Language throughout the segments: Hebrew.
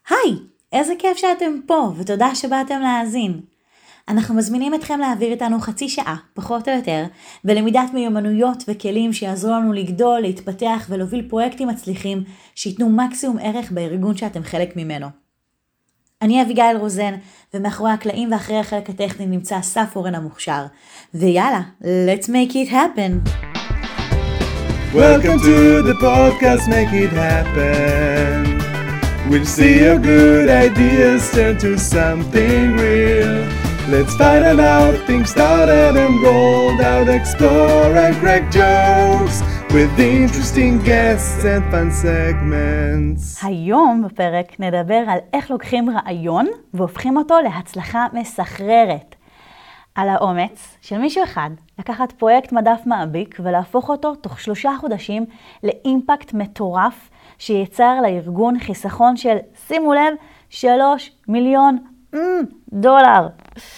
היי, איזה כיף שאתם פה ותודה שבאתם להאזין. אנחנו מזמינים אתכם להעביר איתנו חצי שעה, פחות או יותר, בלמידת מיומנויות וכלים שיעזרו לנו לגדול, להתפתח ולהוביל פרויקטים מצליחים שיתנו מקסימום ערך בארגון שאתם חלק ממנו. אני אביגיל רוזן, ומאחורי הקלעים ואחרי החלק הטכני נמצא אסף אורן המוכשר. ויאללה, let's make it happen. Welcome to the podcast, make it happen. We'll see your good ideas turn to something real. Let's find out things started and rolled out, explore and crack jokes with interesting guests and fun segments. היום בפרק נדבר על איך לוקחים רעיון והופכים אותו להצלחה מסחררת. על האומץ של מישהו אחד לקחת פרויקט מדף מעביק ולהפוך אותו תוך 3 חודשים לאימפקט מטורף שייצר לארגון חיסכון של, שימו לב, 3 מיליון דולר.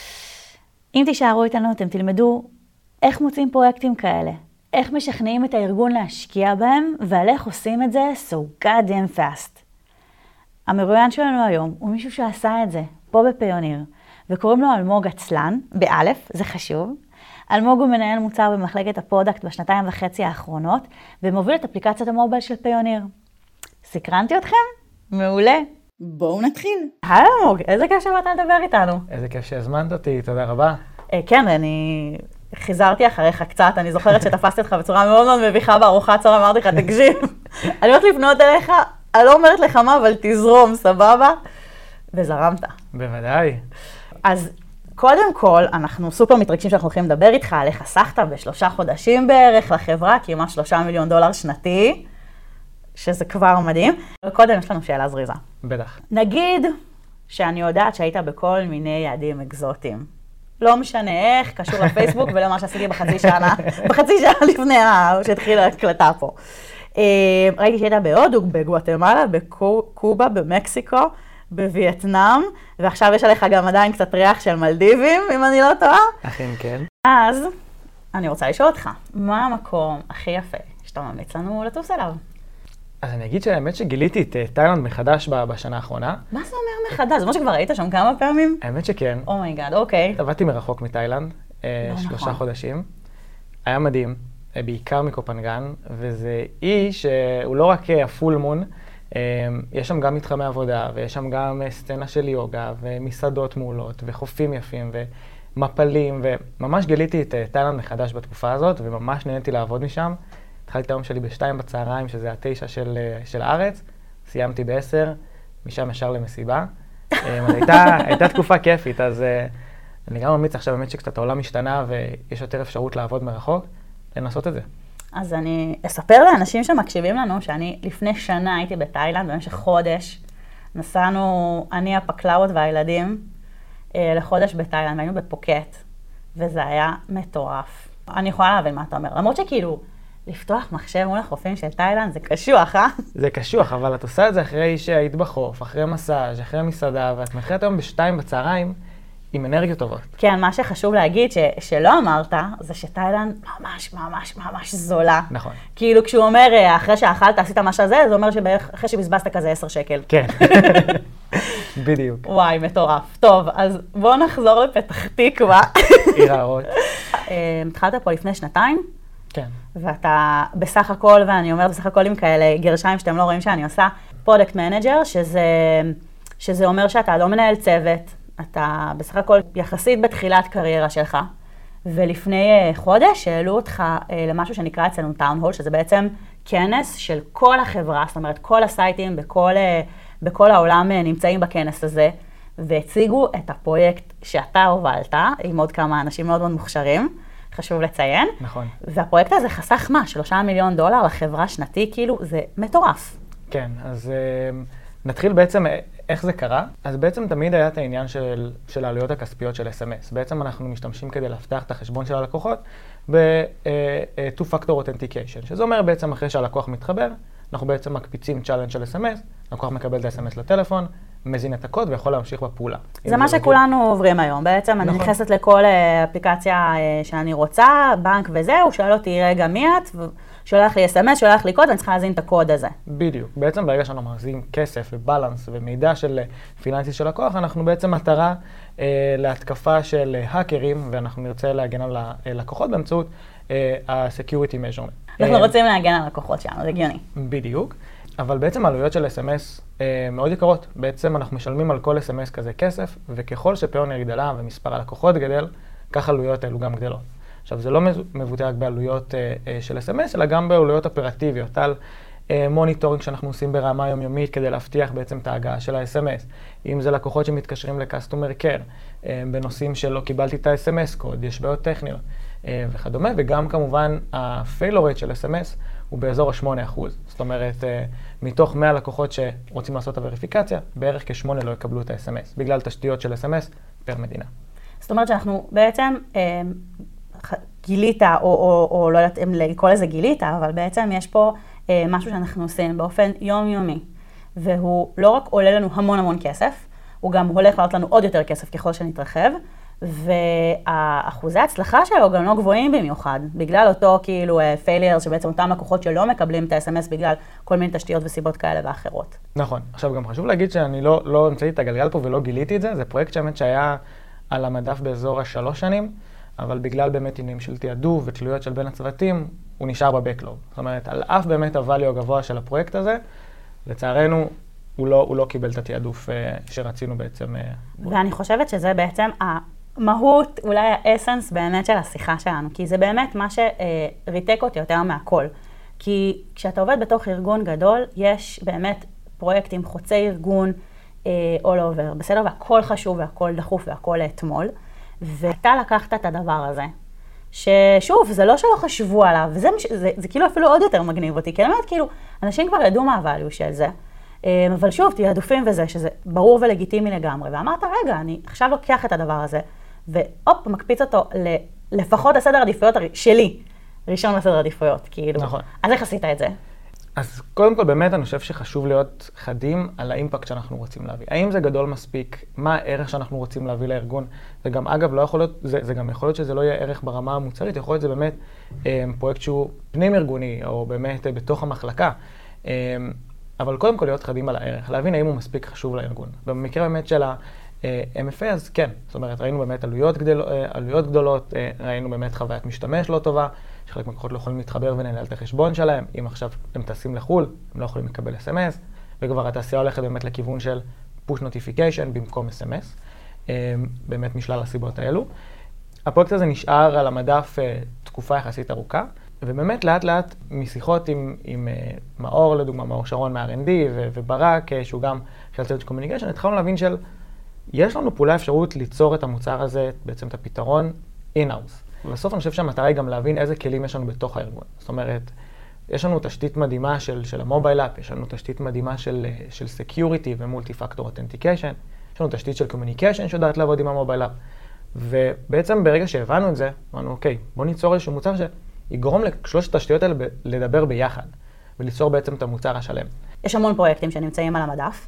אם תישארו איתנו אתם תלמדו איך מוצאים פרויקטים כאלה, איך משכנעים את הארגון להשקיע בהם ועל איך עושים את זה so goddamn fast. המרואיין שלנו היום הוא מישהו שעשה את זה פה בפיוניר, וקוראים לו אלמוג עצלן, באלף, זה חשוב. אלמוג הוא מנהל מוצר במחלקת הפרודקט ב2.5 שנים האחרונות, ומוביל את אפליקציית המובייל של פיוניר. סקרנתי אתכם? מעולה. בואו נתחיל. היי אלמוג, איזה כיף שבאת לדבר איתנו. איזה כיף שהזמנת אותי, תודה רבה. כן, אני חיזרתי אחריך קצת, אני זוכרת שתפסתי אותך בצורה מאוד מאוד מביכה בארוחת צהריים, אמרתי לך, תקשיב, אני הולכת לפנות אליך, אני לא אומרת לך מה, אבל תזרום, סבבה? וזרמת. בוודאי. אז קודם כל, אנחנו סופר מתרגשים שאנחנו הולכים לדבר איתך על איך חסכת ב3 חודשים בערך לחברה, כמעט 3 מיליון דולר שנתי, שזה כבר מדהים. קודם יש לנו שאלה זריזה. בטח. נגיד שאני יודעת שהיית בכל מיני יעדים אקזוטיים. לא משנה איך, קשור לפייסבוק ולא מה שעשיתי בחצי שעה לפני שהתחילה ההקלטה פה. ראיתי שהיית בהודו, בגואטמלה, בקובה, במקסיקו, בווייטנאם, ועכשיו יש עליך גם עדיין קצת ריח של מלדיבים, אם אני לא טועה. אכן כן. אז אני רוצה לשאול אותך, מה המקום הכי יפה שאתה ממליץ לנו לטוס אליו? אז אני אגיד שהאמת שגיליתי את תאילנד מחדש בשנה האחרונה. מה זה אומר מחדש? זאת אומרת שכבר היית שם כמה פעמים? האמת שכן. אומייגאד, אוקיי. עבדתי מרחוק מתאילנד, 3 חודשים. היה מדהים, בעיקר מקופנגן, וזה אי שהוא לא רק הפול מון, יש שם גם מתחמי עבודה, ויש שם גם סצנה של יוגה, ומסעדות מעולות, וחופים יפים, ומפלים, וממש גיליתי את תאילנד מחדש בתקופה הזאת, וממש נהניתי לעבוד משם. התחלתי את היום שלי ב2 בצהריים, שזה 9 של הארץ, סיימתי ב10, משם ישר למסיבה. הייתה תקופה כיפית, אז אני גם ממליץ עכשיו באמת שקצת העולם משתנה, ויש יותר אפשרות לעבוד מרחוק, לנסות את זה. אז אני אספר לאנשים שמקשיבים לנו שאני לפני שנה הייתי בתאילנד, במשך חודש, נסענו אני, הפקלאות והילדים לחודש בתאילנד, והיינו בפוקט, וזה היה מטורף. אני יכולה להבין מה אתה אומר, למרות שכאילו לפתוח מחשב מול החופים של תאילנד זה קשוח, אה? זה קשוח, אבל את עושה את זה אחרי שהיית בחוף, אחרי מסאז', אחרי מסעדה, ואת מתחילת היום ב2 בצהריים, עם אנרגיות טובות. כן, מה שחשוב להגיד שלא אמרת, זה שתאילנד ממש ממש ממש זולה. נכון. כאילו כשהוא אומר, אחרי שאכלת, עשית משהו הזה, זה אומר שבערך אחרי שבזבזת כזה 10 שקל. כן, בדיוק. וואי, מטורף. טוב, אז בואו נחזור לפתח תקווה. עיר האורות. התחלת פה לפני 2 כן. ואתה בסך הכל, ואני אומרת בסך הכל עם כאלה גרשיים שאתם לא רואים שאני עושה, פרודקט מנג'ר, שזה אומר שאתה לא מנהל צוות, אתה בסך הכל יחסית בתחילת קריירה שלך, ולפני חודש העלו אותך למשהו שנקרא אצלנו טאון הול, שזה בעצם כנס של כל החברה, זאת אומרת כל הסייטים בכל העולם נמצאים בכנס הזה, והציגו את הפרויקט שאתה הובלת, עם עוד כמה אנשים מאוד מאוד מוכשרים, חשוב לציין. נכון. והפרויקט הזה חסך מה? 3 מיליון דולר לחברה שנתי, כאילו זה מטורף. כן, אז נתחיל בעצם איך זה קרה. אז בעצם תמיד היה את העניין של העלויות הכספיות של SMS. בעצם אנחנו משתמשים כדי להפתח את החשבון של הלקוחות ב-2-Factor Authentication, שזה אומר בעצם אחרי שהלקוח מתחבר, אנחנו בעצם מקפיצים צ'אלנג' של SMS, לקוח מקבל את ה-SMS לטלפון, מזין את הקוד ויכול להמשיך בפעולה. זה מה שכולנו עוברים היום. בעצם אני נכנסת לכל אפליקציה שאני רוצה, בנק וזה, הוא שואל אותי רגע מי את, שולח לי SMS, שולח לי קוד, ואני צריכה להזין את הקוד הזה. בדיוק. בעצם ברגע שאנחנו מחזיקים כסף ובלנס ומידע של פיננסי של לקוח, אנחנו בעצם מטרה להתקפה של האקרים, ואנחנו נרצה להגן על הלקוחות באמצעות ה-security measurement. אנחנו רוצים להגן על הלקוחות שלנו, זה הגיוני. בדיוק. אבל בעצם העלויות של SMS מאוד יקרות. בעצם אנחנו משלמים על כל SMS כזה כסף, וככל שפיונר גדלה ומספר הלקוחות גדל, כך העלויות האלו גם גדלות. עכשיו, זה לא מבוטא רק בעלויות של SMS, אלא גם בעלויות אופרטיביות, על מוניטורינג שאנחנו עושים ברמה יומיומית כדי להבטיח בעצם את ההגעה של ה-SMS. אם זה לקוחות שמתקשרים ל-Customer Care, בנושאים שלא קיבלתי את ה-SMS קוד, יש בעיות טכניות וכדומה, וגם כמובן ה-failure rate של SMS הוא באזור ה-8%. זאת אומרת, מתוך 100 לקוחות שרוצים לעשות את הווריפיקציה, בערך כ8 לא יקבלו את ה-SMS, בגלל תשתיות של SMS פר מדינה. זאת אומרת שאנחנו בעצם גילית, או לא יודעת אם לקרוא לזה גילית, אבל בעצם יש פה משהו שאנחנו עושים באופן יומיומי, והוא לא רק עולה לנו המון המון כסף, הוא גם הולך לעלות לנו עוד יותר כסף ככל שנתרחב, והאחוזי ההצלחה שלו גם לא גבוהים במיוחד, בגלל אותו כאילו failure, שבעצם אותם לקוחות שלא מקבלים את ה-SMS בגלל כל מיני תשתיות וסיבות כאלה ואחרות. נכון. עכשיו גם חשוב להגיד שאני לא המצאתי את הגלגל פה ולא גיליתי את זה, זה פרויקט באמת שהיה על המדף באזור 3 שנים, אבל בגלל באמת עניינים של תיעדוף ותלויות של בין הצוותים, הוא נשאר בבקלוג. זאת אומרת, על אף באמת הvalue הגבוה של הפרויקט הזה, לצערנו, הוא לא קיבל את התיעדוף שרצינו בעצם. ואני חושבת שזה בעצם המהות, אולי האסנס באמת של השיחה שלנו, כי זה באמת מה שריתק אותי יותר מהכל. כי כשאתה עובד בתוך ארגון גדול, יש באמת פרויקטים חוצי ארגון all over, בסדר? והכל חשוב והכל דחוף והכל אתמול. ואתה לקחת את הדבר הזה, ששוב, זה לא שלא חשבו עליו, זה כאילו אפילו עוד יותר מגניב אותי, כי אני אומרת, כאילו, אנשים כבר ידעו מה הvalue של זה, אבל שוב, תיעדופים וזה, שזה ברור ולגיטימי לגמרי, ואמרת, רגע, אני עכשיו לוקח את הדבר הזה, והופ, מקפיץ אותו לפחות לסדר עדיפויות שלי, ראשון לסדר עדיפויות, כאילו. נכון. אז איך עשית את זה? אז קודם כל, באמת אני חושב שחשוב להיות חדים על האימפקט שאנחנו רוצים להביא. האם זה גדול מספיק? מה הערך שאנחנו רוצים להביא לארגון? זה גם, אגב, לא יכול להיות, זה גם יכול להיות שזה לא יהיה ערך ברמה המוצרית, יכול להיות זה באמת פרויקט שהוא פנים ארגוני, או באמת בתוך המחלקה. אבל קודם כל להיות חדים על הערך, להבין האם הוא מספיק חשוב לארגון. במקרה באמת של ה-MFA, אז כן. זאת אומרת, ראינו באמת עלויות גדולות, ראינו באמת חוויית משתמש לא טובה, שחלק מהלקוחות לא יכולים להתחבר ולנהל את החשבון שלהם. אם עכשיו הם טסים לחו"ל, הם לא יכולים לקבל SMS, וכבר התעשייה הולכת באמת לכיוון של push notification במקום SMS, באמת משלל הסיבות האלו. הפרויקט הזה נשאר על המדף תקופה יחסית ארוכה, ובאמת לאט לאט משיחות עם מאור, לדוגמה, מאור שרון מה-R&D וברק, שהוא גם של צוות קומוניקיישן, התחלנו להבין יש לנו פעולה אפשרות ליצור את המוצר הזה, בעצם את הפתרון in-house. ובסוף אני חושב שהמטרה היא גם להבין איזה כלים יש לנו בתוך הארגון. זאת אומרת, יש לנו תשתית מדהימה של המובייל אפ, יש לנו תשתית מדהימה של security ו-multi-factor authentication, יש לנו תשתית של communication שיודעת לעבוד עם המובייל אפ. ובעצם ברגע שהבנו את זה, אמרנו, אוקיי, בוא ניצור איזשהו מוצר שיגרום לשלושת התשתיות האלה לדבר ביחד, וליצור בעצם את המוצר השלם. יש המון פרויקטים שנמצאים על המדף,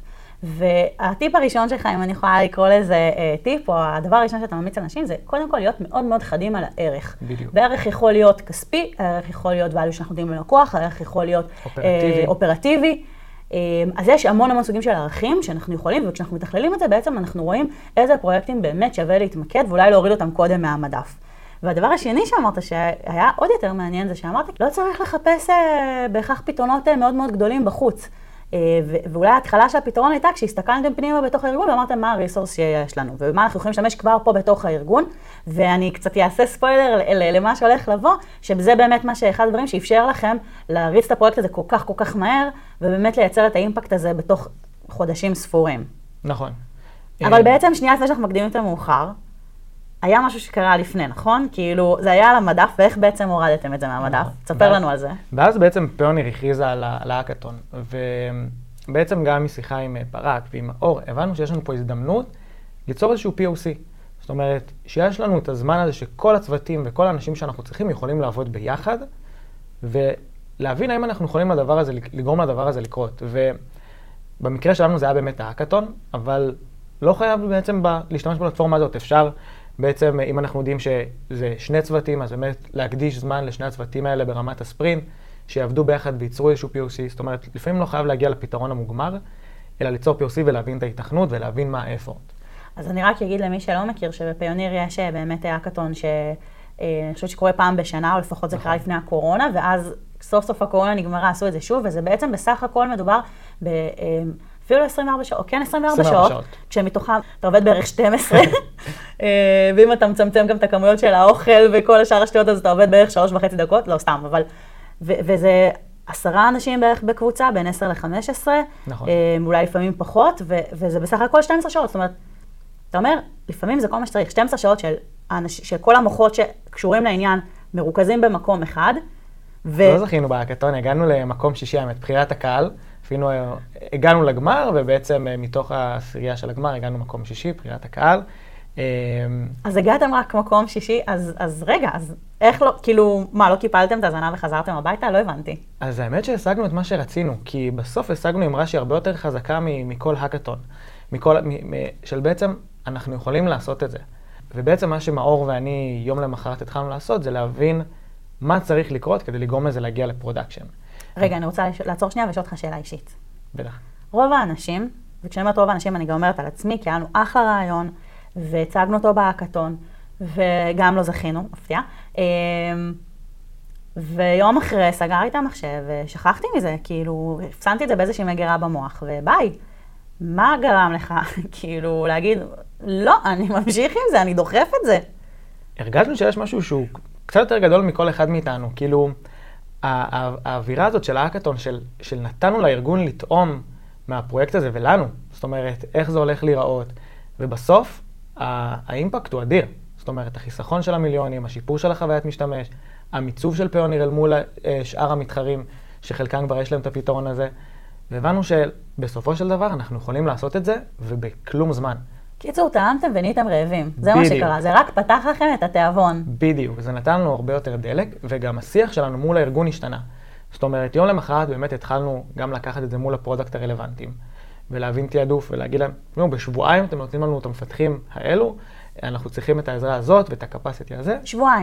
והטיפ הראשון שלך, אם אני יכולה לקרוא לזה טיפ, או הדבר הראשון שאתה ממליץ לאנשים, זה קודם כל להיות מאוד מאוד חדים על הערך. בדיוק. והערך יכול להיות כספי, הערך יכול להיות value שאנחנו נותנים ללקוח, הערך יכול להיות אופרטיבי. אז יש המון המון סוגים של ערכים שאנחנו יכולים, וכשאנחנו מתכללים את זה, בעצם אנחנו רואים איזה פרויקטים באמת שווה להתמקד, ואולי להוריד אותם קודם מהמדף. והדבר השני שאמרת שהיה עוד יותר מעניין, זה שאמרת, לא צריך לחפש בהכרח פתרונות מאוד מאוד גדולים בחוץ. ואולי ההתחלה של הפתרון הייתה כשהסתכלתם פנימה בתוך הארגון ואמרתם מה הריסורס שיש לנו ומה אנחנו יכולים להשתמש כבר פה בתוך הארגון, ואני קצת אעשה ספוילר למה שהולך לבוא, שזה באמת מה שאחד הדברים שאפשר לכם להריץ את הפרויקט הזה כל כך מהר, ובאמת לייצר את האימפקט הזה בתוך חודשים ספורים. נכון. אבל בעצם שנייה לפני שאנחנו מקדימים יותר מאוחר, היה משהו שקרה לפני, נכון? כאילו, זה היה על המדף, ואיך בעצם הורדתם את זה מהמדף? תספר לנו על זה. ואז בעצם פיונר הכריזה על ההאקתון, ובעצם גם משיחה עם ברק ועם אור, הבנו שיש לנו פה הזדמנות ליצור איזשהו POC. זאת אומרת, שיש לנו את הזמן הזה שכל הצוותים וכל האנשים שאנחנו צריכים יכולים לעבוד ביחד, ולהבין האם אנחנו יכולים לגרום לדבר הזה לקרות. במקרה שלנו זה היה באמת ההאקתון, אבל לא חייב בעצם להשתמש בפלטפורמה הזאת. אפשר בעצם, אם אנחנו יודעים שזה שני צוותים, אז באמת להקדיש זמן לשני הצוותים האלה ברמת הספרינט, שיעבדו ביחד וייצרו איזשהו POC. זאת אומרת, לפעמים לא חייב להגיע לפתרון המוגמר, אלא ליצור POC ולהבין את ההיתכנות ולהבין מה האפורט. אז אני רק אגיד למי שלא מכיר שבפיוניר יש באמת האקתון אני חושבת שקורה פעם בשנה, או לפחות זה קרה לפני הקורונה, ואז סוף סוף הקורונה נגמרה, עשו את זה שוב, וזה בעצם בסך הכל מדובר אפילו 24 שעות, או כן 24 שעות, כשמתוכם אתה עובד בערך 12, ואם אתה מצמצם גם את הכמויות של האוכל וכל השאר השטויות, אז אתה עובד בערך 3.5 דקות, לא סתם, אבל, וזה 10 אנשים בערך בקבוצה, בין 10 ל-15, נכון. אולי לפעמים פחות, וזה בסך הכל 12 שעות, זאת אומרת, אתה אומר, לפעמים זה כל מה שצריך, 12 שעות של כל המוחות שקשורים לעניין מרוכזים במקום אחד. לא זכינו בהאקתון, הגענו למקום שישי, האמת, בחירת הקהל, אפילו הגענו לגמר, ובעצם מתוך העשירייה של הגמר הגענו למקום שישי, בחירת הקהל. אז הגעתם רק מקום שישי, אז רגע, אז איך לא, כאילו, מה, לא קיפלתם את הזנה וחזרתם הביתה? לא הבנתי. אז האמת שהשגנו את מה שרצינו, כי בסוף השגנו אמרה שהיא הרבה יותר חזקה מכל האקתון, של בעצם אנחנו יכולים לעשות את זה. ובעצם מה שמאור ואני יום למחרת התחלנו לעשות, זה להבין מה צריך לקרות כדי לגרום לזה להגיע לפרודקשן. רגע, אני רוצה לעצור שנייה ולשאול אותך שאלה אישית. בטח. רוב האנשים, וכשאני אומרת רוב האנשים אני גם אומרת על עצמי, כי היה לנו אחלה רעיון, והצגנו אותו בהאקתון, וגם לא זכינו, מפתיע. ויום אחרי סגרתי את המחשב ושכחתי מזה, כאילו, הפסנתי את זה באיזושהי מגירה במוח, וביי. מה גרם לך, כאילו, להגיד, לא, אני ממשיך עם זה, אני דוחף את זה. הרגשנו שיש משהו שהוא קצת יותר גדול מכל אחד מאיתנו, כאילו, האווירה הזאת של ההאקתון, של נתנו לארגון לטעום מהפרויקט הזה ולנו, זאת אומרת, איך זה הולך להיראות, ובסוף, האימפקט הוא אדיר. זאת אומרת, החיסכון של המיליונים, השיפור של החוויית משתמש, המיצוב של פיוניר אל מול שאר המתחרים, שחלקם כבר יש להם את הפתרון הזה, והבנו שבסופו של דבר אנחנו יכולים לעשות את זה, ובכלום זמן. קיצור, טעמתם ונהייתם רעבים. זה מה שקרה, זה רק פתח לכם את התיאבון. בדיוק, זה נתן לנו הרבה יותר דלק, וגם השיח שלנו מול הארגון השתנה. זאת אומרת, יום למחרת באמת התחלנו גם לקחת את זה מול הפרודקט הרלוונטיים, ולהבין תיעדוף ולהגיד להם, בשבועיים אתם נותנים לנו את המפתחים האלו, אנחנו צריכים את העזרה הזאת ואת הקפסיטי הזה.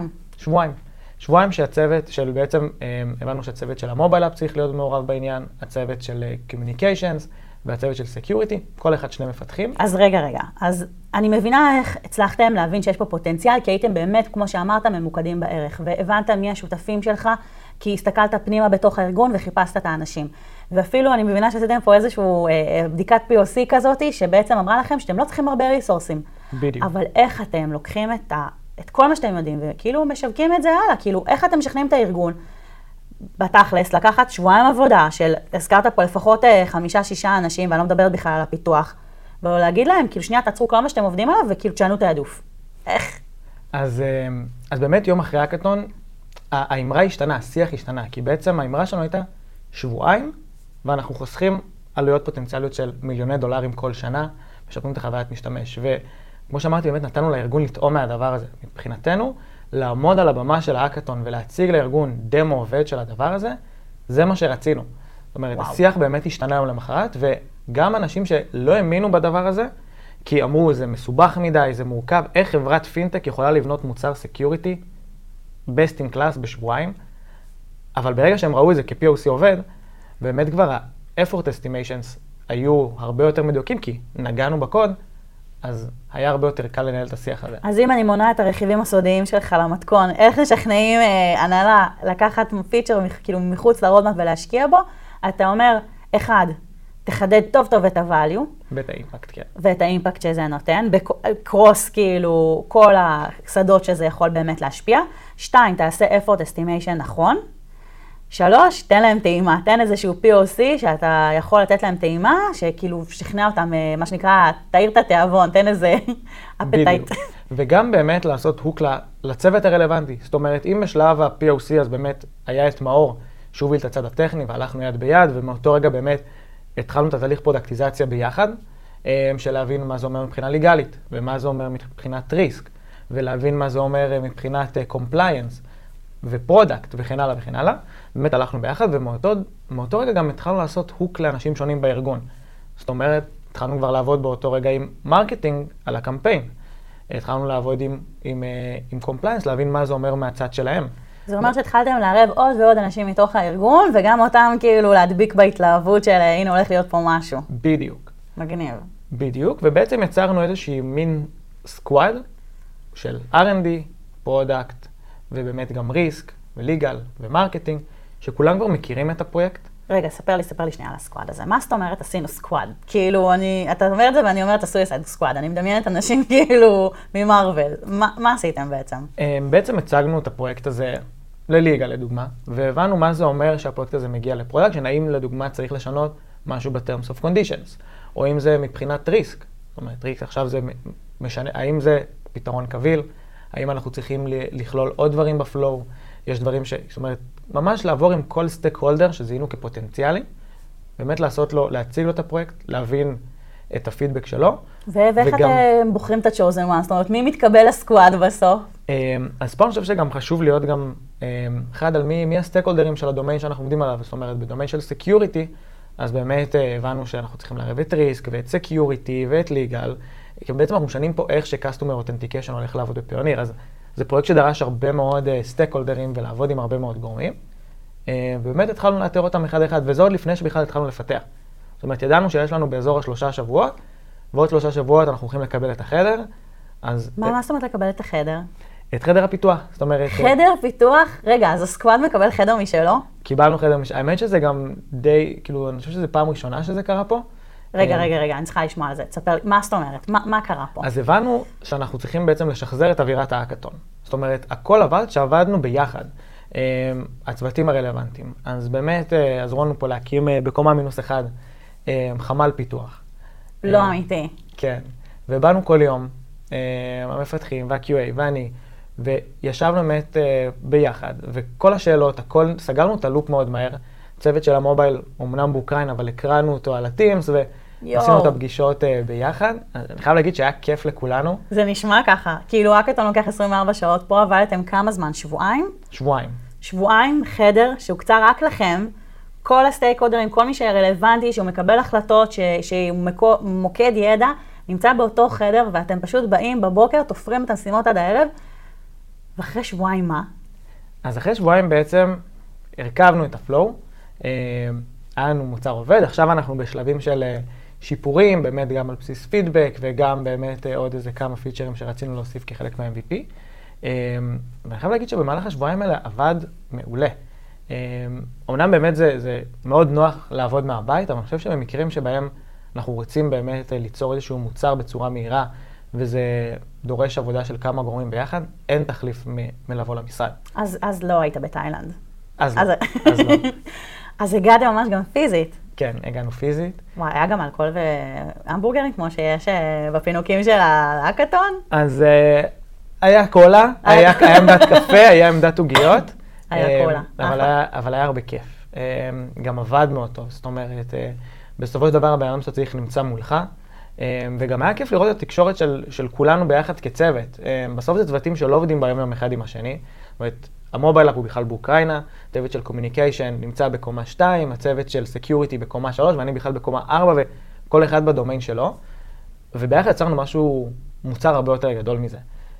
שבועיים שהצוות של בעצם, הבנו שהצוות של המובייל אפ צריך להיות מעורב בעניין, הצוות של communications והצוות של security, כל אחד שני מפתחים. אז רגע. אז אני מבינה איך הצלחתם להבין שיש פה פוטנציאל, כי הייתם באמת, כמו שאמרת, ממוקדים בערך, והבנת מי השותפים שלך, כי הסתכלת פנימה בתוך הארגון וחיפשת את האנשים. ואפילו אני מבינה שעשיתם פה איזשהו בדיקת POC כזאת, שבעצם אמרה לכם שאתם לא צריכים הרבה ריסורסים. בדיוק. אבל איך אתם לוקחים את כל מה שאתם יודעים, וכאילו משווקים את זה הלאה, כאילו איך אתם משכנעים את הארגון, בתכלס, לקחת שבועיים עבודה של, הזכרת פה לפחות 5-6 אנשים, ואני לא מדברת בכלל על הפיתוח, ולהגיד להם, כאילו שנייה, תעצרו כל מה שאתם עובדים עליו, וכאילו תשנו תעדוף. איך? אז באמת יום אחרי ההאקתון, האמרה השתנה, השיח השתנה, כי בעצם האמרה שלנו הייתה שבועיים, ואנחנו חוסכים עלויות פוטנציאליות של מיליוני דולרים כל שנה, משפרים את החוויית משתמש. וכמו שאמרתי, באמת נתנו לארגון לטעום מהדבר הזה. מבחינתנו, לעמוד על הבמה של ההאקתון ולהציג לארגון דמו עובד של הדבר הזה, זה מה שרצינו. זאת אומרת, השיח באמת השתנה יום למחרת, וגם אנשים שלא האמינו בדבר הזה, כי אמרו, זה מסובך מדי, זה מורכב, איך חברת פינטק יכולה לבנות מוצר סקיוריטי, best in class בשבועיים, אבל ברגע שהם ראו את זה כ-POC עובד, באמת כבר ה-effort estimations היו הרבה יותר מדויקים, כי נגענו בקוד, אז היה הרבה יותר קל לנהל את השיח הזה. אז אם אני מונה את הרכיבים הסודיים שלך למתכון, איך משכנעים הנהלה לקחת פיצ'ר כאילו מחוץ לרודמאפ ולהשקיע בו, אתה אומר, אחד, תחדד טוב טוב את ה-value. ואת האימפקט, כן. ואת האימפקט שזה נותן, בקרוס כאילו כל השדות שזה יכול באמת להשפיע. 2, תעשה effort estimation נכון. 3, תן להם טעימה, תן איזשהו POC שאתה יכול לתת להם טעימה, שכאילו שכנע אותם, מה שנקרא, תאיר את התיאבון, תן איזה אפטייט. וגם באמת לעשות הוק לצוות הרלוונטי. זאת אומרת, אם בשלב ה-POC אז באמת היה את מאור, שוב את הצד הטכני והלכנו יד ביד, ומאותו רגע באמת התחלנו את התהליך פרודקטיזציה ביחד, של להבין מה זה אומר מבחינה ליגלית, ומה זה אומר מבחינת ריסק, ולהבין מה זה אומר מבחינת compliance. ופרודקט וכן הלאה וכן הלאה, באמת הלכנו ביחד, ומאותו רגע גם התחלנו לעשות הוק לאנשים שונים בארגון. זאת אומרת, התחלנו כבר לעבוד באותו רגע עם מרקטינג על הקמפיין. התחלנו לעבוד עם קומפליינס, להבין מה זה אומר מהצד שלהם. זה אומר שהתחלתם לערב עוד ועוד אנשים מתוך הארגון, וגם אותם כאילו להדביק בהתלהבות של הנה הולך להיות פה משהו. בדיוק. מגניב. בדיוק, ובעצם יצרנו איזושהי מין סקוואד של R&D, פרודקט, ובאמת גם ריסק, וליגל, ומרקטינג, שכולם כבר מכירים את הפרויקט. רגע, ספר לי שנייה על הסקוואד הזה. מה זאת אומרת עשינו סקוואד? כאילו, אתה אומר את זה ואני אומרת הסויסייד סקוואד. אני מדמיינת אנשים כאילו ממרוול. מה עשיתם בעצם? בעצם הצגנו את הפרויקט הזה לליגה, לדוגמה, והבנו מה זה אומר שהפרויקט הזה מגיע לפרודקשן, האם לדוגמה צריך לשנות משהו ב-terms of conditions, או אם זה מבחינת ריסק. זאת אומרת, ריסק עכשיו זה משנה, האם זה פתרון קביל, האם אנחנו צריכים לכלול עוד דברים בפלואו, יש דברים זאת אומרת, ממש לעבור עם כל סטייק הולדר שזיהינו כפוטנציאלי, באמת להציג לו את הפרויקט, להבין את הפידבק שלו. ואיך אתם בוחרים את ה-chosen one? זאת אומרת, מי מתקבל לסקוואד בסוף? אז פה אני חושב שגם חשוב להיות גם אחד על מי הסטייק הולדרים של הדומיין שאנחנו עובדים עליו. זאת אומרת, בדומיין של סקיוריטי, אז באמת הבנו שאנחנו צריכים לערב את ריסק ואת סקיוריטי ואת ליגל, כי בעצם אנחנו משנים פה איך ש-customer authentication הולך לעבוד בפיוניר. אז זה פרויקט שדרש הרבה מאוד סטייק הולדרים ולעבוד עם הרבה מאוד גורמים. ובאמת התחלנו לאתר אותם אחד אחד, וזה עוד לפני שבכלל התחלנו לפתח. זאת אומרת, ידענו שיש לנו באזור 3 שבועות, ועוד 3 שבועות אנחנו הולכים לקבל את החדר. מה זאת אומרת לקבל את החדר? את חדר הפיתוח, זאת אומרת... חדר פיתוח? רגע, אז הסקוואד מקבל חדר משלו? קיבלנו חדר משלו. האמת שזה גם די, כאילו, אני חושב שזה פעם ראשונה שזה קרה פה. רגע, אני צריכה לשמוע על זה. תספר לי, מה זאת אומרת? מה קרה פה? אז הבנו שאנחנו צריכים בעצם לשחזר את אווירת ההאקתון. זאת אומרת, הכל עבד שעבדנו ביחד. הצוותים הרלוונטיים. אז באמת עזרו לנו פה להקים בקומה -1 חמ"ל פיתוח. לא אמיתי. כן. ובאנו כל יום, המפתחים וה-QA ואני, וישבנו באמת ביחד, וכל השאלות, הכל, סגרנו את הלופ מאוד מהר. צוות של המובייל, אמנם באוקראינה, אבל הקראנו אותו על הטימס, ועשינו את הפגישות ביחד. אני חייב להגיד שהיה כיף לכולנו. זה נשמע ככה. כאילו, האקתון לוקח 24 שעות פה, עבדתם כמה זמן? שבועיים? שבועיים, חדר שהוקצה רק לכם, כל הסטייק הולדרים, כל מי שרלוונטי, שהוא מקבל החלטות, שהוא מוקד ידע, נמצא באותו חדר, ואתם פשוט באים בבוקר, תופרים את המשימות עד הערב, ואחרי שבועיים מה? אז אחרי שבועיים בעצם הרכבנו את הפלואו, היה לנו מוצר עובד, עכשיו אנחנו בשלבים של שיפורים, באמת גם על בסיס פידבק, וגם באמת עוד איזה כמה פיצ'רים שרצינו להוסיף כחלק מה-MVP. ואני חייב להגיד שבמהלך השבועיים האלה עבד מעולה. אמנם באמת זה מאוד נוח לעבוד מהבית, אבל אני חושב שבמקרים שבהם אנחנו רוצים באמת ליצור איזשהו מוצר בצורה מהירה, וזה דורש עבודה של כמה גורמים ביחד, אין תחליף מלבוא למשרד. אז לא היית בתאילנד. אז לא. אז הגעתם ממש גם פיזית. כן, הגענו פיזית. וואי, היה גם אלכוהול והמבורגרים כמו שיש בפינוקים של ההאקתון? אז היה קולה, היה עמדת קפה, היה עמדת עוגיות. היה קולה. אבל היה הרבה כיף. גם עבד מאוד טוב, זאת אומרת, בסופו של דבר הבן אדם שאתה צריך נמצא מולך, וגם היה כיף לראות את התקשורת של כולנו ביחד כצוות. בסוף זה צוותים שלא עובדים ביום יום אחד עם השני. זאת אומרת, המובייל הוא בכלל באוקראינה, הצוות של קומיוניקיישן נמצא בקומה 2, הצוות של סקיוריטי בקומה 3, ואני בכלל בקומה 4, וכל אחד בדומיין שלו. וביחד יצרנו משהו, מוצר הרבה יותר גדול מזה.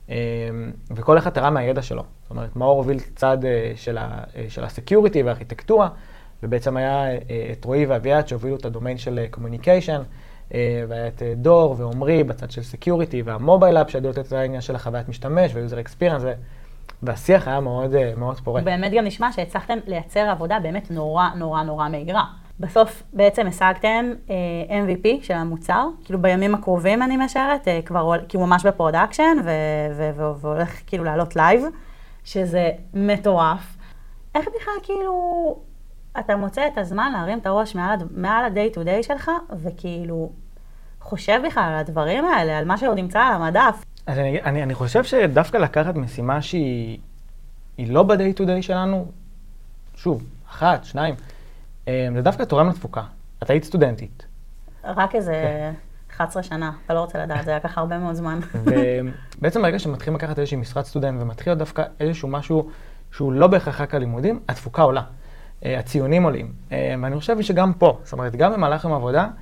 וכל אחד תראה מהידע שלו. זאת אומרת, מאור הוביל צד של הסקיוריטי והארכיטקטורה, ובעצם היה את רועי ואביעד שהובילו את הדומיין של קומיוניקיישן, והיה את דור ועומרי בצד של סקיוריטי, והמובייל אפ שהדעות את העניין של החוויית משתמש ויוזר אקספיריאנס, והשיח היה מאוד פורה. באמת גם נשמע שהצלחתם לייצר עבודה באמת נורא מהירה. בסוף בעצם השגתם MVP של המוצר, כאילו בימים הקרובים אני משערת, כי הוא ממש בפרודקשן, והולך כאילו לעלות לייב, שזה מטורף. איך בכלל כאילו אתה מוצא את הזמן להרים את הראש מעל ה-day to day שלך, וכאילו חושב בכלל על הדברים האלה, על מה שעוד נמצא על המדף? אז אני חושב שדווקא לקחת משימה שהיא לא ב-day to day שלנו, שוב, 1, 2, זה דווקא תורם לתפוקה. את היית סטודנטית. רק איזה 11 שנה, אתה לא רוצה לדעת, זה היה ככה הרבה מאוד זמן. ובעצם ברגע שמתחילים לקחת איזושהי משרת סטודנט, ומתחיל דווקא איזשהו משהו שהוא לא בהכרח רק הלימודים, התפוקה עולה. הציונים עולים. ואני חושב שגם פה, זאת אומרת, גם במהלך עם עבודה,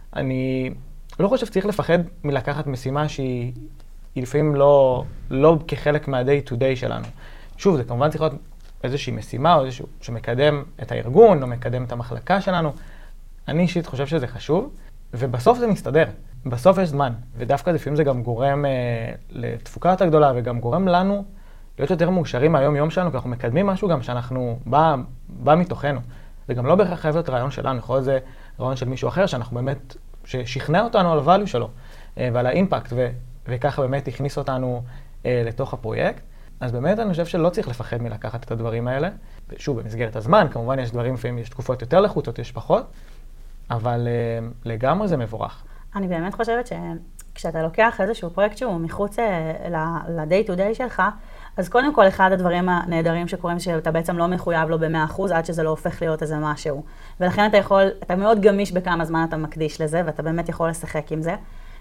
אני לא חושב שצריך לפחד מלקחת משימה שהיא לפעמים לא כחלק מה-day to day שלנו. שוב, זה כמובן צריך להיות איזושהי משימה או איזשהו שמקדם את הארגון או מקדם את המחלקה שלנו. אני אישית חושב שזה חשוב, ובסוף זה מסתדר. בסוף יש זמן, ודווקא לפעמים זה גם גורם לתפוקה יותר גדולה, וגם גורם לנו להיות יותר מאושרים מהיום יום שלנו, כי אנחנו מקדמים משהו גם שאנחנו בא מתוכנו. זה גם לא בהכרח חייב להיות רעיון שלנו, יכול להיות זה רעיון של מישהו אחר, שאנחנו באמת, ששכנע אותנו על הvalue שלו, ועל האימפקט, וככה באמת הכניס אותנו לתוך הפרויקט. אז באמת אני חושב שלא צריך לפחד מלקחת את הדברים האלה. שוב, במסגרת הזמן, כמובן יש דברים, לפעמים יש תקופות יותר לחוצות, יש פחות, אבל לגמרי זה מבורך. אני באמת חושבת שכשאתה לוקח איזשהו פרויקט שהוא מחוץ ל-day to day שלך, אז קודם כל אחד הדברים הנהדרים שקורים שאתה בעצם לא מחויב לו ב100% עד שזה לא הופך להיות איזה משהו. ולכן אתה מאוד גמיש בכמה זמן אתה מקדיש לזה, ואתה באמת יכול לשחק עם זה.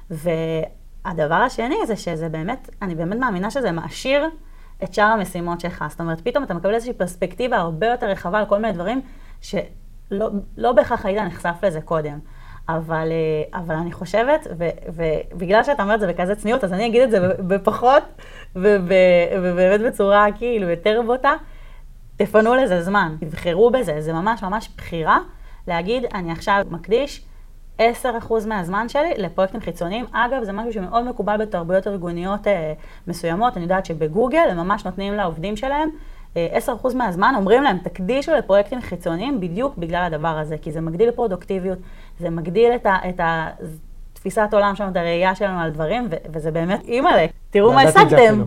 והדבר השני זה שזה באמת, אני באמת מאמינה שזה מעשיר את שאר המשימות שלך. זאת אומרת, פתאום אתה מקבל איזושהי פרספקטיבה הרבה יותר רחבה על כל מיני דברים שלא בהכרח היית נחשף לזה קודם. אבל אני חושבת, ובגלל שאתה אומרת זה בכזה צניעות, אז אני אגיד את זה בפחות, ובאמת בצורה כאילו יותר בוטה, תפנו לזה זמן, תבחרו בזה, זה ממש ממש בחירה להגיד, אני עכשיו מקדיש 10% מהזמן שלי לפרויקטים חיצוניים. אגב, זה משהו שמאוד מקובל בתרבויות ארגוניות מסוימות. אני יודעת שבגוגל הם ממש נותנים לעובדים שלהם 10% מהזמן, אומרים להם, תקדישו לפרויקטים חיצוניים בדיוק בגלל הדבר הזה, כי זה מגדיל פרודוקטיביות, זה מגדיל את תפיסת העולם שלנו, את הראייה שלנו על דברים, וזה באמת אימא'לה. תראו מה השגתם.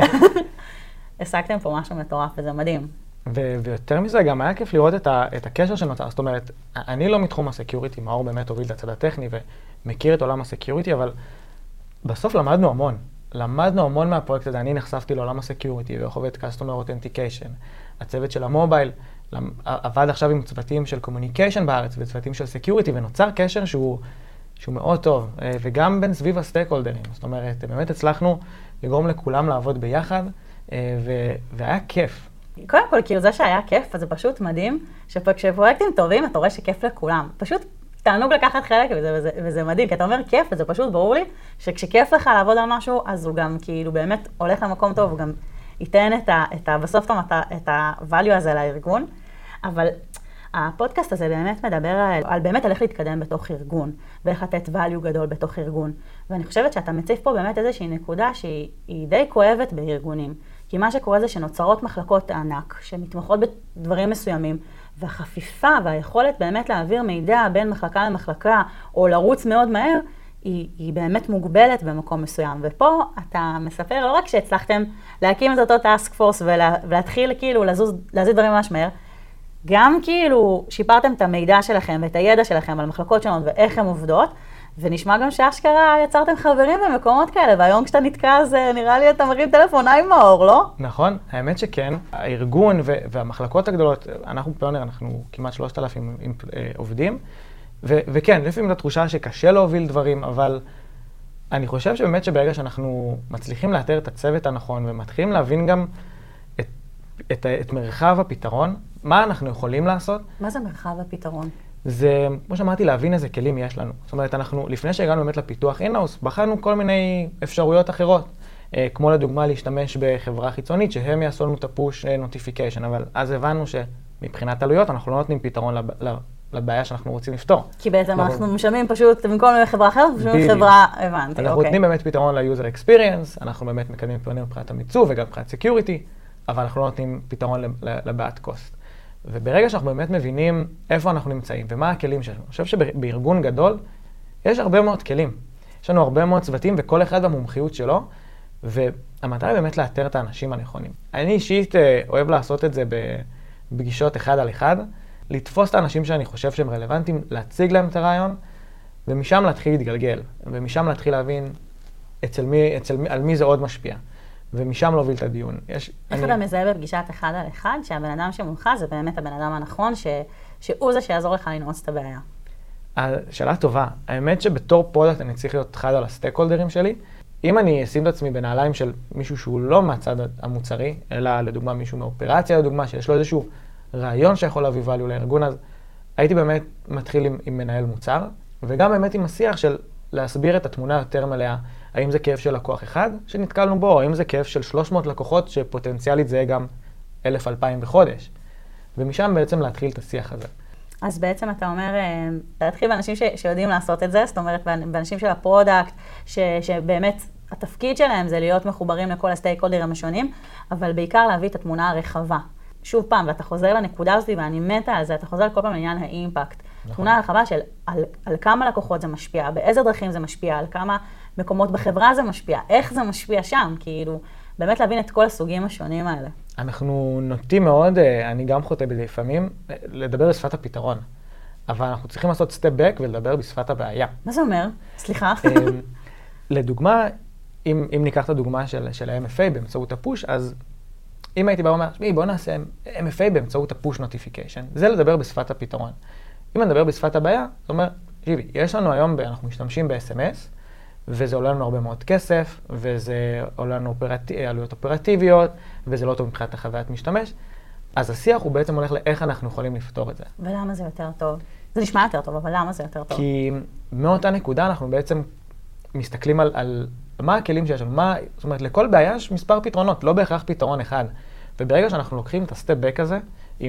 השגתם פה משהו מטורף, וזה מדהים. ויותר מזה, גם היה כיף לראות את הקשר שנוצר. זאת אומרת, אני לא מתחום הסקיוריטי, מאור באמת הוביל את הצד הטכני ומכיר את עולם הסקיוריטי, אבל בסוף למדנו המון. למדנו המון מהפרויקט הזה. אני נחשפתי לעולם הסקיוריטי וחווה את Customer Authentication. הצוות של המובייל עבד עכשיו עם צוותים של Communication בארץ וצוותים של סקיוריטי, ונוצר קשר שהוא מאוד טוב, וגם בין סביב הסטייק-הולדרים. זאת אומרת, באמת הצלחנו לגרום לכולם לעבוד ביחד, והיה כיף. קודם כל, כאילו זה שהיה כיף, אז זה פשוט מדהים, שכשפרויקטים טובים, אתה רואה שכיף לכולם. פשוט תענוג לקחת חלק, וזה מדהים, כי אתה אומר כיף, וזה פשוט ברור לי, שכשכיף לך לעבוד על משהו, אז הוא גם כאילו באמת הולך למקום טוב, הוא גם ייתן בסוף את ה-value הזה לארגון. אבל הפודקאסט הזה באמת מדבר על באמת על איך להתקדם בתוך ארגון, ואיך לתת value גדול בתוך ארגון. ואני חושבת שאתה מציף פה באמת איזושהי נקודה שהיא די כואבת בארגונים. כי מה שקורה זה שנוצרות מחלקות ענק, שמתמחות בדברים מסוימים, והחפיפה והיכולת באמת להעביר מידע בין מחלקה למחלקה, או לרוץ מאוד מהר, היא באמת מוגבלת במקום מסוים. ופה אתה מספר לא רק שהצלחתם להקים את אותו טאסק פורס ולהתחיל כאילו להזיז דברים ממש מהר, גם כאילו שיפרתם את המידע שלכם ואת הידע שלכם על מחלקות שונות ואיך הן עובדות, ונשמע גם שאשכרה יצרתם חברים במקומות כאלה, והיום כשאתה נתקע אז נראה לי אתה מרים טלפון עם מאור, לא? נכון, האמת שכן. הארגון והמחלקות הגדולות, אנחנו פיונר, אנחנו כמעט 3,000 עובדים, וכן, לפעמים זו תחושה שקשה להוביל דברים, אבל אני חושב שבאמת שברגע שאנחנו מצליחים לאתר את הצוות הנכון, ומתחילים להבין גם את מרחב הפתרון, מה אנחנו יכולים לעשות? מה זה מרחב הפתרון? זה, כמו שאמרתי, להבין איזה כלים יש לנו. זאת אומרת, אנחנו, לפני שהגענו באמת לפיתוח אין-האוס, בחרנו כל מיני אפשרויות אחרות, כמו לדוגמה להשתמש בחברה חיצונית, שהם יעשו לנו את הפוש נוטיפיקיישן, אבל אז הבנו שמבחינת עלויות אנחנו לא נותנים פתרון לבעיה שאנחנו רוצים לפתור. כי בעצם אנחנו משלמים פשוט, במקום לחברה אחרת, אנחנו משלמים חברה, הבנתי, אנחנו נותנים באמת פתרון ל-user experience, אנחנו באמת מקדמים פיונר מבחינת המיצוב וגם מבחינת security, אבל אנחנו לא נותנים פתרון לבעיית cost. וברגע שאנחנו באמת מבינים איפה אנחנו נמצאים ומה הכלים שלנו, אני חושב שבארגון גדול יש הרבה מאוד כלים. יש לנו הרבה מאוד צוותים וכל אחד במומחיות שלו, והמטרה היא באמת לאתר את האנשים הנכונים. אני אישית אוהב לעשות את זה בפגישות אחד על אחד, לתפוס את האנשים שאני חושב שהם רלוונטיים, להציג להם את הרעיון, ומשם להתחיל להתגלגל, ומשם להתחיל להבין על מי זה עוד משפיע. ומשם להוביל את הדיון. איך אתה מזהה בפגישת אחד על אחד, שהבן אדם שמולך זה באמת הבן אדם הנכון, שהוא זה שיעזור לך לנעוץ את הבעיה? שאלה טובה. האמת שבתור פרודקט אני צריך להיות אחד על הסטייק-הולדרים שלי. אם אני אשים את עצמי בנעליים של מישהו שהוא לא מהצד המוצרי, אלא לדוגמה מישהו מאופרציה, לדוגמה שיש לו איזשהו רעיון שיכול להביא value לארגון, אז הייתי באמת מתחיל עם מנהל מוצר, וגם באמת עם השיח של להסביר את התמונה יותר מלאה. האם זה כאב של לקוח אחד שנתקלנו בו, או האם זה כאב של 300 לקוחות שפוטנציאלית זה גם 1,000-2,000 בחודש. ומשם בעצם להתחיל את השיח הזה. אז בעצם אתה אומר, להתחיל באנשים שיודעים לעשות את זה, זאת אומרת, באנשים של הפרודקט, שבאמת התפקיד שלהם זה להיות מחוברים לכל הסטייקהולדרים השונים, אבל בעיקר להביא את התמונה הרחבה. שוב פעם, ואתה חוזר לנקודה הזאת, ואני מתה על זה, אתה חוזר כל פעם לעניין האימפקט. תמונה הרחבה של על כמה לקוחות זה משפיע, באיזה דרכים זה משפיע, על כמה מקומות בחברה זה משפיע, איך זה משפיע שם, כאילו, באמת להבין את כל הסוגים השונים האלה. אנחנו נוטים מאוד, אני גם חוטא בזה לפעמים, לדבר בשפת הפתרון. אבל אנחנו צריכים לעשות סטפ בק ולדבר בשפת הבעיה. מה זה אומר? סליחה. לדוגמה, אם ניקח את הדוגמה של ה-MFA באמצעות הפוש, אז אם הייתי בא ואומר, בוא נעשה MFA באמצעות הפוש נוטיפיקיישן, זה לדבר בשפת הפתרון. אם נדבר בשפת הבעיה, זאת אומרת, תקשיבי, יש לנו היום, אנחנו משתמשים ב-SMS, וזה עולה לנו הרבה מאוד כסף, וזה עולה לנו עלויות אופרטיביות, וזה לא טוב מבחינת החוויית משתמש. אז השיח הוא בעצם הולך לאיך אנחנו יכולים לפתור את זה. ולמה זה יותר טוב? זה נשמע יותר טוב, אבל למה זה יותר טוב? כי מאותה נקודה אנחנו בעצם מסתכלים על מה הכלים שיש לנו. זאת אומרת, לכל בעיה יש מספר פתרונות, לא בהכרח פתרון אחד. וברגע שאנחנו לוקחים את הסטפ בק הזה,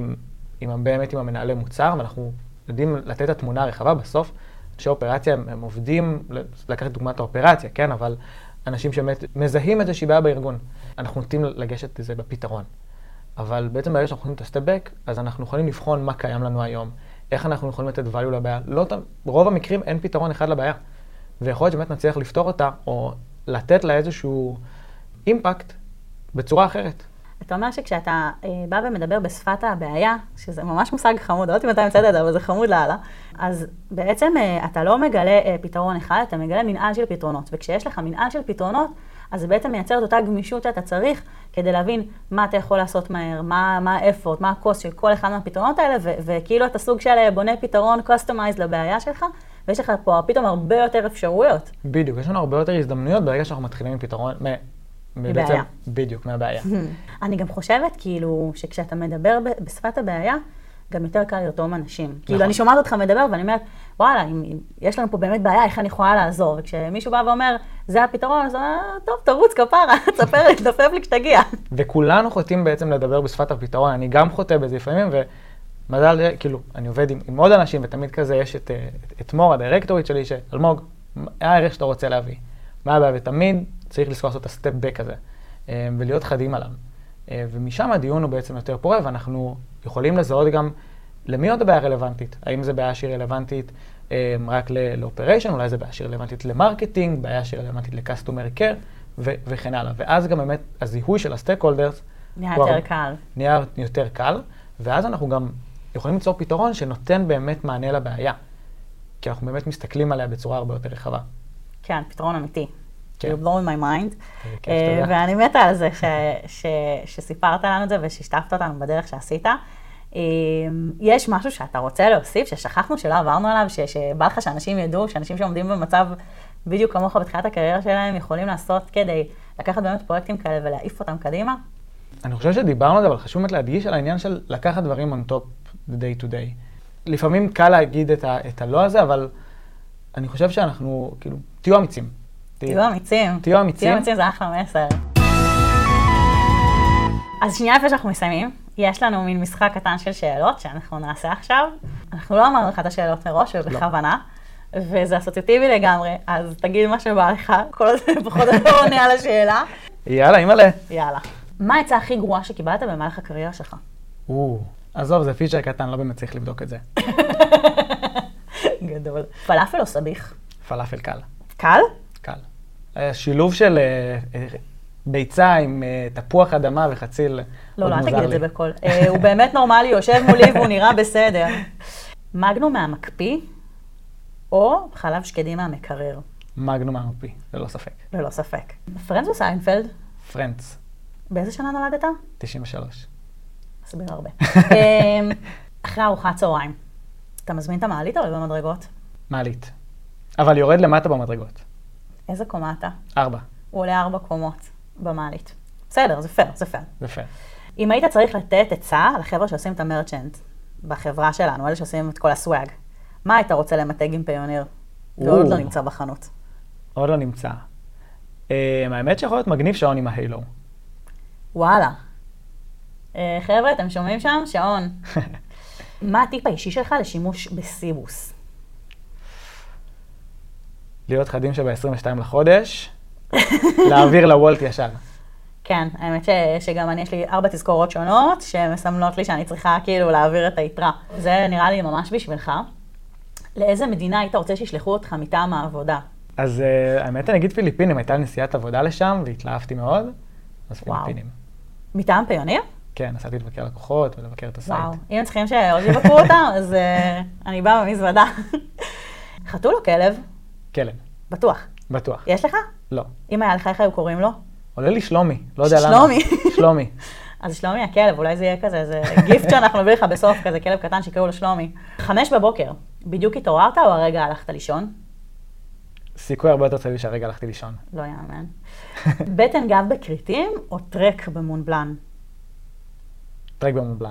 באמת עם המנהלי מוצר, ואנחנו יודעים לתת את התמונה הרחבה בסוף, אנשי אופרציה הם עובדים, לקחת דוגמת האופרציה, כן? אבל אנשים שבאמת מזהים את איזושהי בעיה בארגון. אנחנו נוטים לגשת לזה בפתרון. אבל בעצם ברגע שאנחנו יכולים את הסטפ בק, אז אנחנו יכולים לבחון מה קיים לנו היום, איך אנחנו יכולים לתת value לבעיה. ברוב המקרים אין פתרון אחד לבעיה. ויכול להיות שבאמת נצליח לפתור אותה, או לתת לה איזשהו אימפקט בצורה אחרת. אתה אומר שכשאתה בא ומדבר בשפת הבעיה, שזה ממש מושג חמוד, לא יודעת אם אתה מצאת את זה, אבל זה חמוד לאללה, אז בעצם אתה לא מגלה פתרון אחד, אתה מגלה מנעל של פתרונות. וכשיש לך מנעל של פתרונות, אז זה בעצם מייצר את אותה גמישות שאתה צריך, כדי להבין מה אתה יכול לעשות מהר, מה האפורט, מה הקוסט של כל אחד מהפתרונות האלה, וכאילו אתה סוג של בונה פתרון customized לבעיה שלך, ויש לך פה פתאום הרבה יותר אפשרויות. בדיוק, יש לנו הרבה יותר הזדמנויות ברגע שאנחנו מתחילים עם פתרון, מבעיה. בדיוק, מהבעיה. אני גם חושבת כאילו שכשאתה מדבר בשפת הבעיה, גם יותר קל לרתום אנשים. כאילו אני שומעת אותך מדבר ואני אומרת, וואלה, אם יש לנו פה באמת בעיה, איך אני יכולה לעזור? וכשמישהו בא ואומר, זה הפתרון, אז טוב, תרוץ כפרה, תספר לי, תדפף לי כשתגיע. וכולנו חוטאים בעצם לדבר בשפת הפתרון, אני גם חוטא בזה לפעמים, ומזל, כאילו, אני עובד עם עוד אנשים, ותמיד כזה יש את מור, הדירקטורית שלי, שאלמוג, מה הערך שאתה רוצה להביא? מה הבעיה? ותמיד צריך לזכור לעשות את הסטפ בק הזה, ולהיות חדים עליו. ומשם הדיון הוא בעצם יותר פורה, ואנחנו יכולים לזהות גם למי עוד הבעיה רלוונטית. האם זה בעיה שהיא רלוונטית רק לאופריישן, אולי זה בעיה שהיא רלוונטית למרקטינג, בעיה שהיא רלוונטית לקסטומר קר, וכן הלאה. ואז גם באמת הזיהוי של הסטייק-הולדרס נהיה יותר קל, ואז אנחנו גם יכולים ליצור פתרון שנותן באמת מענה לבעיה. כי אנחנו באמת מסתכלים עליה בצורה הרבה יותר רחבה. כן, פתרון אמיתי. You blow in my mind. ואני מתה על זה שסיפרת לנו את זה וששתפת אותנו בדרך שעשית. יש משהו שאתה רוצה להוסיף, ששכחנו שלא עברנו עליו, שבא לך שאנשים ידעו, שאנשים שעומדים במצב בדיוק כמוך בתחילת הקריירה שלהם, יכולים לעשות כדי לקחת באמת פרויקטים כאלה ולהעיף אותם קדימה? אני חושב שדיברנו על זה, אבל חשוב באמת להדגיש על העניין של לקחת דברים on top the day to day. לפעמים קל להגיד את הלא הזה, אבל אני חושב שאנחנו, כאילו, תהיו אמיצים. תהיו אמיצים. תהיו אמיצים זה אחלה מסר. אז שנייה לפני שאנחנו מסיימים, יש לנו מין משחק קטן של שאלות שאנחנו נעשה עכשיו. אנחנו לא אמרנו לך את השאלות מראש ובכוונה, וזה אסוציאטיבי לגמרי, אז תגיד מה שבא לך, כל עוד פחות לא עונה על השאלה. יאללה, אימא'לה. יאללה. מה העצה הכי גרועה שקיבלת במהלך הקריירה שלך? עזוב, זה פיצ'ר קטן, לא באמת צריך לבדוק את זה. גדול. פלאפל או סביח? פלאפל קל. קל? קל. שילוב של ביצה עם תפוח אדמה וחציל. לא, אל תגיד את זה בכל. הוא באמת נורמלי, יושב מולי והוא נראה בסדר. מגנו מהמקפיא או חלב שקדים מהמקרר? מגנו מהמקפיא, ללא ספק. ללא ספק. פרנדס או סיינפלד? פרנדס. באיזה שנה נולדת? 93. מסביר הרבה. אחרי ארוחת צהריים, אתה מזמין את המעלית או במדרגות? מעלית. אבל יורד למטה במדרגות. איזה קומה אתה? 4. הוא עולה 4 קומות במעלית. בסדר, זה פייר, זה פייר. זה פייר. אם היית צריך לתת עצה לחבר'ה שעושים את המרצ'נט בחברה שלנו, אלה שעושים את כל הסוואג, מה היית רוצה למתג עם פיוניר? ועוד לא נמצא בחנות. עוד לא נמצא. האמת שיכול להיות מגניב שעון עם ההילו. וואלה. חבר'ה, אתם שומעים שם? שעון. מה הטיפ האישי שלך לשימוש בסיבוס? להיות חדים שב-22 לחודש, להעביר לוולט ישר. כן, האמת שגם אני, יש לי 4 תזכורות שונות, שמסמנות לי שאני צריכה כאילו להעביר את היתרה. זה נראה לי ממש בשבילך. לאיזה מדינה היית רוצה שישלחו אותך מטעם העבודה? אז האמת אני אגיד פיליפינים, הייתה נסיעת עבודה לשם, והתלהבתי מאוד, אז פיליפינים. מטעם פיוניר? כן, נסעתי לבקר לקוחות ולבקר את הסייט. וואו, אם צריכים שעוד יבקרו אותם, אז אני באה במזוודה. חתול או כלב? כלב. בטוח. בטוח. יש לך? לא. אם היה לך, איך היו קוראים לו? עולה לי שלומי, לא יודע למה. שלומי. שלומי. אז שלומי הכלב, אולי זה יהיה כזה, זה גיפט שאנחנו נביא לך בסוף, כזה כלב קטן שיקראו לו שלומי. 5 בבוקר, בדיוק התעוררת או הרגע הלכת לישון? סיכוי הרבה יותר צבי שהרגע הלכתי לישון. לא יאמן. בטן גב בקריטים או טרק במונבלן? טרק במונבלן.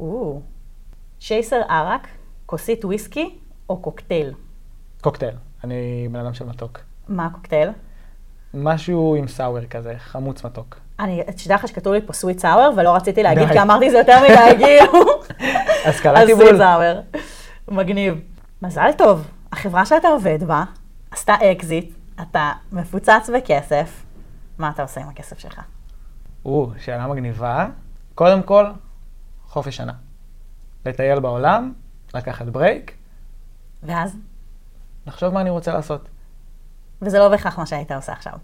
שייסר ערק, כוסית וויסקי או קוקטייל? קוקטייל. אני בן אדם של מתוק. מה הקוקטייל? משהו עם סאוור כזה, חמוץ מתוק. אני תדע לך שכתוב לי פה סוויט סאוור, ולא רציתי להגיד, כי אמרתי זה יותר מדי כאילו. אז קלעתי בול. סוויט סאוור. מגניב. מזל טוב, החברה שאתה עובד בה, עשתה אקזיט, אתה מפוצץ בכסף. מה אתה עושה עם הכסף שלך? שאלה מגניבה. קודם כל, חופש שנה. לטייל בעולם, לקחת ברייק. ואז? לחשוב מה אני רוצה לעשות. וזה לא בהכרח מה שהיית עושה עכשיו.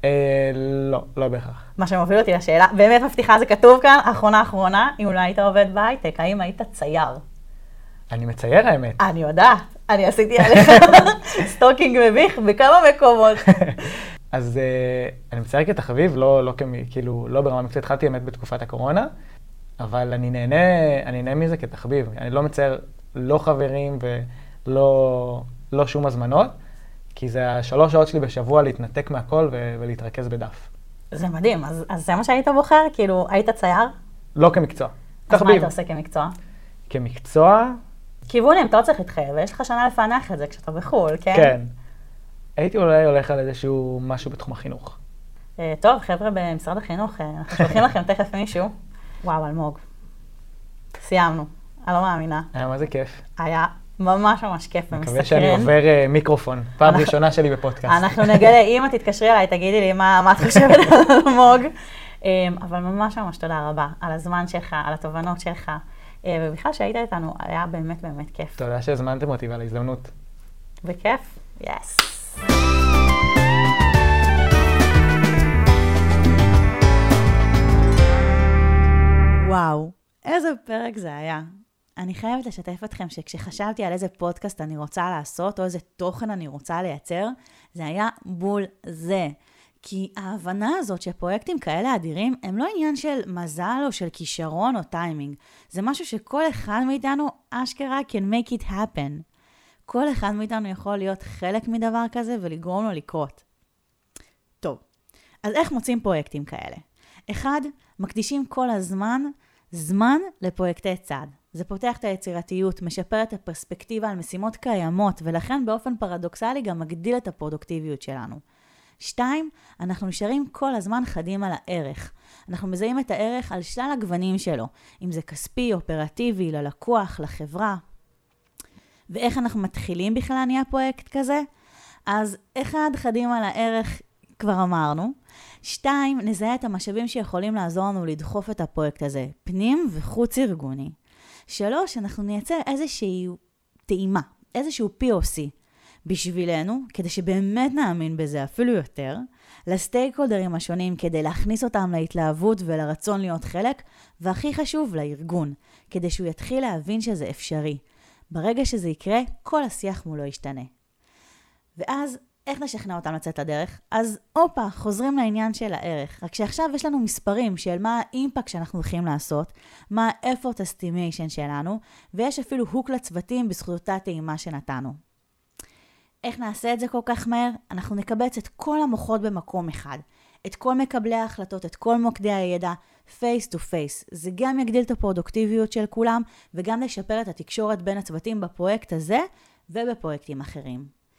לא בהכרח. מה שמוביל אותי לשאלה, באמת מבטיחה, זה כתוב כאן, אחרונה, אם אולי היית עובד בהייטק, האם היית צייר? אני מצייר האמת. אני יודעת, אני עשיתי עליך סטוקינג מביך בכמה מקומות. אז אני מצייר כתחביב, לא ברמה מקצועית, התחלתי האמת בתקופת הקורונה, אבל אני נהנה מזה כתחביב. אני לא מצייר לא חברים ולא שום הזמנות, כי זה 3 שעות שלי בשבוע להתנתק מהכל ולהתרכז בדף. זה מדהים, אז זה מה שהיית בוחר? כאילו, היית צייר? לא כמקצוע. אז מה היית עושה כמקצוע? כמקצוע? כיוונים, אתה לא צריך להתחייב, ויש לך שנה לפענח את זה כשאתה בחול, כן? כן. הייתי אולי הולך על איזשהו משהו בתחום החינוך. טוב, חבר'ה במשרד החינוך, אנחנו שולחים לכם תכף מישהו. וואו, אלמוג. סיימנו, אני לא מאמינה. היה מה זה כיף. היה ממש כיף ומסקרן. מקווה שאני עובר מיקרופון, פעם ראשונה שלי בפודקאסט. אנחנו נגלה, אם את תתקשרי אליי, תגידי לי מה את חושבת על אלמוג. אבל ממש תודה רבה על הזמן שלך, על התובנות שלך, ובכלל שהיית איתנו, היה באמת כיף. תודה שהזמנתם אותי ועל ההזדמנות. בכיף? יס. וואו, איזה פרק זה היה. אני חייבת לשתף אתכם שכשחשבתי על איזה פודקאסט אני רוצה לעשות, או איזה תוכן אני רוצה לייצר, זה היה בול זה. כי ההבנה הזאת שפרויקטים כאלה אדירים, הם לא עניין של מזל או של כישרון או טיימינג. זה משהו שכל אחד מאיתנו אשכרה can make it happen. כל אחד מאיתנו יכול להיות חלק מדבר כזה ולגרום לו לקרות. טוב, אז איך מוצאים פרויקטים כאלה? 1, מקדישים כל זמן לפרויקטי צד. זה פותח את היצירתיות, משפר את הפרספקטיבה על משימות קיימות, ולכן באופן פרדוקסלי גם מגדיל את הפרודוקטיביות שלנו. 2, אנחנו נשארים כל הזמן חדים על הערך. אנחנו מזהים את הערך על שלל הגוונים שלו, אם זה כספי, אופרטיבי, ללקוח, לחברה. ואיך אנחנו מתחילים בכלל להניע פרויקט כזה? אז 1, חדים על הערך, כבר אמרנו. 2, נזהה את המשאבים שיכולים לעזור לנו לדחוף את הפרויקט הזה, פנים וחוץ ארגוני. 3, אנחנו נייצר איזושהי טעימה, איזשהו POC בשבילנו, כדי שבאמת נאמין בזה אפילו יותר, לסטייקהולדרים השונים כדי להכניס אותם להתלהבות ולרצון להיות חלק, והכי חשוב, לארגון, כדי שהוא יתחיל להבין שזה אפשרי. ברגע שזה יקרה, כל השיח מולו ישתנה. ואז, איך נשכנע אותם לצאת לדרך? אז חוזרים לעניין של הערך. רק שעכשיו יש לנו מספרים של מה האימפקט שאנחנו הולכים לעשות, מה ה-effort estimation שלנו, ויש אפילו הוק לצוותים בזכות אותה טעימה שנתנו. איך נעשה את זה כל כך מהר? אנחנו נקבץ את כל המוחות במקום אחד. את כל מקבלי ההחלטות, את כל מוקדי הידע, face to face. זה גם יגדיל את הפרודוקטיביות של כולם, וגם לשפר את התקשורת בין הצוותים בפרויקט הזה ובפרויקטים אחרים.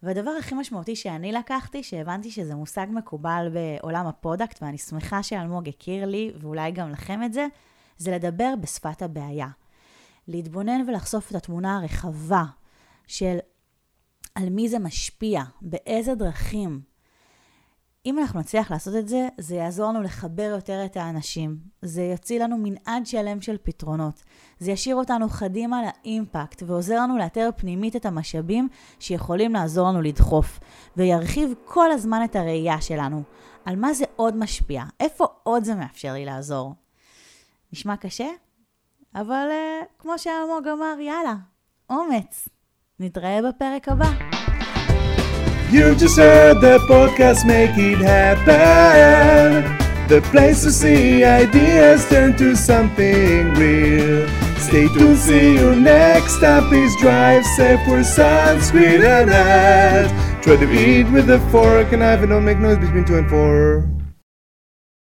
והדבר הכי משמעותי שאני לקחתי, שהבנתי שזה מושג מקובל בעולם הפרודקט, ואני שמחה שאלמוג הכיר לי, ואולי גם לכם את זה, זה לדבר בשפת הבעיה. להתבונן ולחשוף את התמונה הרחבה של על מי זה משפיע, באיזה דרכים. אם אנחנו נצליח לעשות את זה, זה יעזור לנו לחבר יותר את האנשים. זה יוציא לנו מנעד שלם של פתרונות. זה ישאיר אותנו חדים על האימפקט, ועוזר לנו לאתר פנימית את המשאבים שיכולים לעזור לנו לדחוף, וירחיב כל הזמן את הראייה שלנו. על מה זה עוד משפיע? איפה עוד זה מאפשר לי לעזור? נשמע קשה? אבל כמו שאלמוג אמר, יאללה, אומץ. נתראה בפרק הבא. You just heard the podcast Make It Happen, the place to see ideas turn to something real. Stay tuned, see you next time. Please drive safe, wear sunscreen and hat. Try to eat with a fork and knife and don't make noise between 2 and 4.